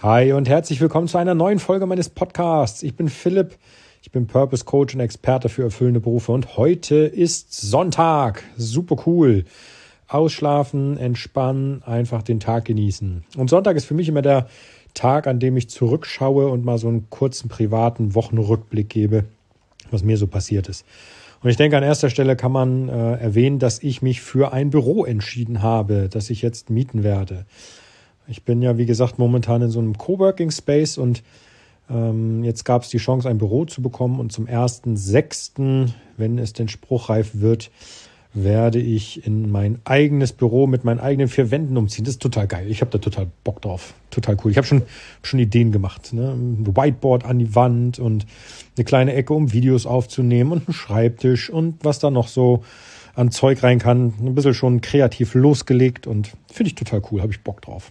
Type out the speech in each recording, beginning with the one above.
Hi und herzlich willkommen zu einer neuen Folge meines Podcasts. Ich bin Philipp, ich bin Purpose Coach und Experte für erfüllende Berufe und heute ist Sonntag. Super cool. Ausschlafen, entspannen, einfach den Tag genießen. Und Sonntag ist für mich immer der Tag, an dem ich zurückschaue und mal so einen kurzen privaten Wochenrückblick gebe, was mir so passiert ist. Und ich denke, an erster Stelle kann man erwähnen, dass ich mich für ein Büro entschieden habe, das ich jetzt mieten werde. Ich bin ja, wie gesagt, momentan in so einem Coworking Space und jetzt gab es die Chance, ein Büro zu bekommen und zum 1.6., wenn es denn spruchreif wird, werde ich in mein eigenes Büro mit meinen eigenen 4 Wänden umziehen. Das ist total geil. Ich habe da total Bock drauf. Total cool. Ich habe schon Ideen gemacht. Ne? Ein Whiteboard an die Wand und eine kleine Ecke, um Videos aufzunehmen und einen Schreibtisch und was da noch so an Zeug rein kann. Ein bisschen schon kreativ losgelegt und finde ich total cool. Habe ich Bock drauf.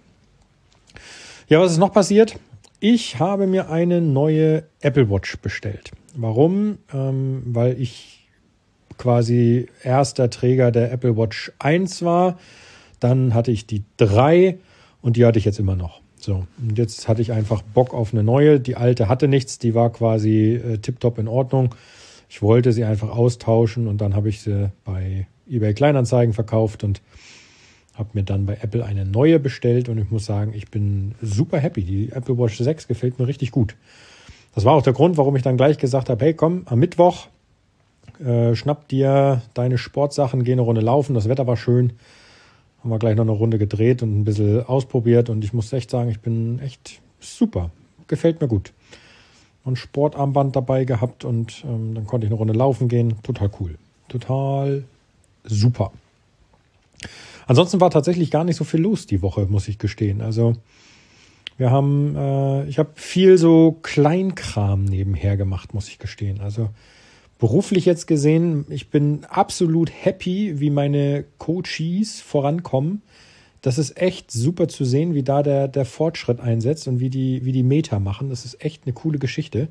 Ja, was ist noch passiert? Ich habe mir eine neue Apple Watch bestellt. Warum? Weil ich quasi erster Träger der Apple Watch 1 war. Dann hatte ich die 3 und die hatte ich jetzt immer noch. So, und jetzt hatte ich einfach Bock auf eine neue. Die alte hatte nichts, die war quasi tipptopp in Ordnung. Ich wollte sie einfach austauschen und dann habe ich sie bei eBay Kleinanzeigen verkauft und habe mir dann bei Apple eine neue bestellt und ich muss sagen, ich bin super happy. Die Apple Watch 6 gefällt mir richtig gut. Das war auch der Grund, warum ich dann gleich gesagt habe, hey komm, am Mittwoch schnapp dir deine Sportsachen, geh eine Runde laufen. Das Wetter war schön. Haben wir gleich noch eine Runde gedreht und ein bisschen ausprobiert und ich muss echt sagen, ich bin echt super. Gefällt mir gut. Und Sportarmband dabei gehabt und dann konnte ich eine Runde laufen gehen. Total cool. Total super. Ansonsten war tatsächlich gar nicht so viel los die Woche, muss ich gestehen. Also ich habe viel so Kleinkram nebenher gemacht, muss ich gestehen. Also beruflich jetzt gesehen, ich bin absolut happy, wie meine Coaches vorankommen. Das ist echt super zu sehen, wie da der Fortschritt einsetzt und wie die Meta machen. Das ist echt eine coole Geschichte.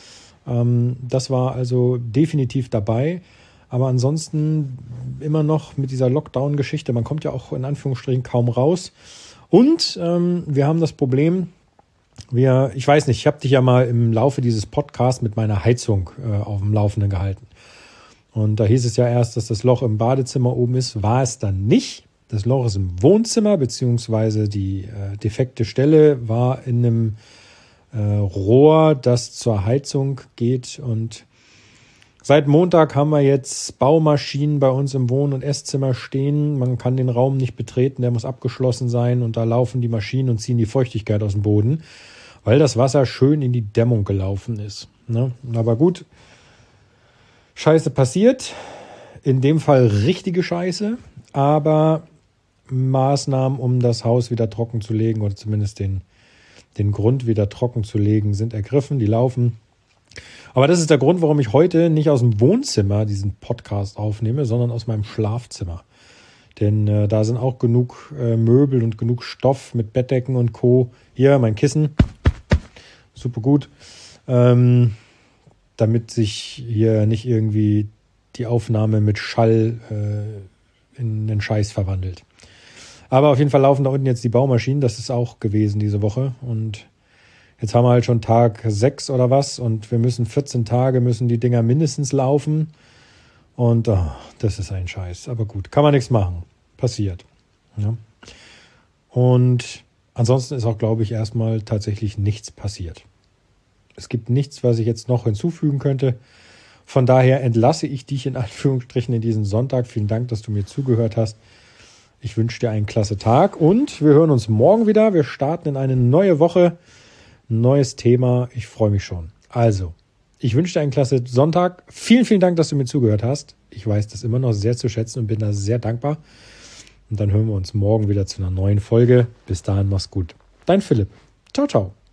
Das war also definitiv dabei. Aber ansonsten immer noch mit dieser Lockdown-Geschichte. Man kommt ja auch in Anführungsstrichen kaum raus. Und wir haben das Problem, ich weiß nicht, ich habe dich ja mal im Laufe dieses Podcasts mit meiner Heizung auf dem Laufenden gehalten. Und da hieß es ja erst, dass das Loch im Badezimmer oben ist. War es dann nicht. Das Loch ist im Wohnzimmer, beziehungsweise die defekte Stelle war in einem Rohr, das zur Heizung geht. Und seit Montag haben wir jetzt Baumaschinen bei uns im Wohn- und Esszimmer stehen. Man kann den Raum nicht betreten, der muss abgeschlossen sein. Und da laufen die Maschinen und ziehen die Feuchtigkeit aus dem Boden, weil das Wasser schön in die Dämmung gelaufen ist. Ne? Aber gut, Scheiße passiert. In dem Fall richtige Scheiße. Aber Maßnahmen, um das Haus wieder trocken zu legen oder zumindest den Grund wieder trocken zu legen, sind ergriffen. Die laufen. Aber das ist der Grund, warum ich heute nicht aus dem Wohnzimmer diesen Podcast aufnehme, sondern aus meinem Schlafzimmer. Denn da sind auch genug Möbel und genug Stoff mit Bettdecken und Co. Hier, mein Kissen. Super gut. Damit sich hier nicht irgendwie die Aufnahme mit Schall in den Scheiß verwandelt. Aber auf jeden Fall laufen da unten jetzt die Baumaschinen. Das ist auch gewesen diese Woche. Und jetzt haben wir halt schon Tag 6 oder was und wir müssen 14 Tage müssen die Dinger mindestens laufen. Und das ist ein Scheiß. Aber gut, kann man nichts machen. Passiert. Ja. Und ansonsten ist auch, glaube ich, erstmal tatsächlich nichts passiert. Es gibt nichts, was ich jetzt noch hinzufügen könnte. Von daher entlasse ich dich in Anführungsstrichen in diesen Sonntag. Vielen Dank, dass du mir zugehört hast. Ich wünsche dir einen klasse Tag und wir hören uns morgen wieder. Wir starten in eine neue Woche. Neues Thema. Ich freue mich schon. Also, ich wünsche dir einen klasse Sonntag. Vielen, vielen Dank, dass du mir zugehört hast. Ich weiß das immer noch sehr zu schätzen und bin da sehr dankbar. Und dann hören wir uns morgen wieder zu einer neuen Folge. Bis dahin, mach's gut. Dein Philipp. Ciao, ciao.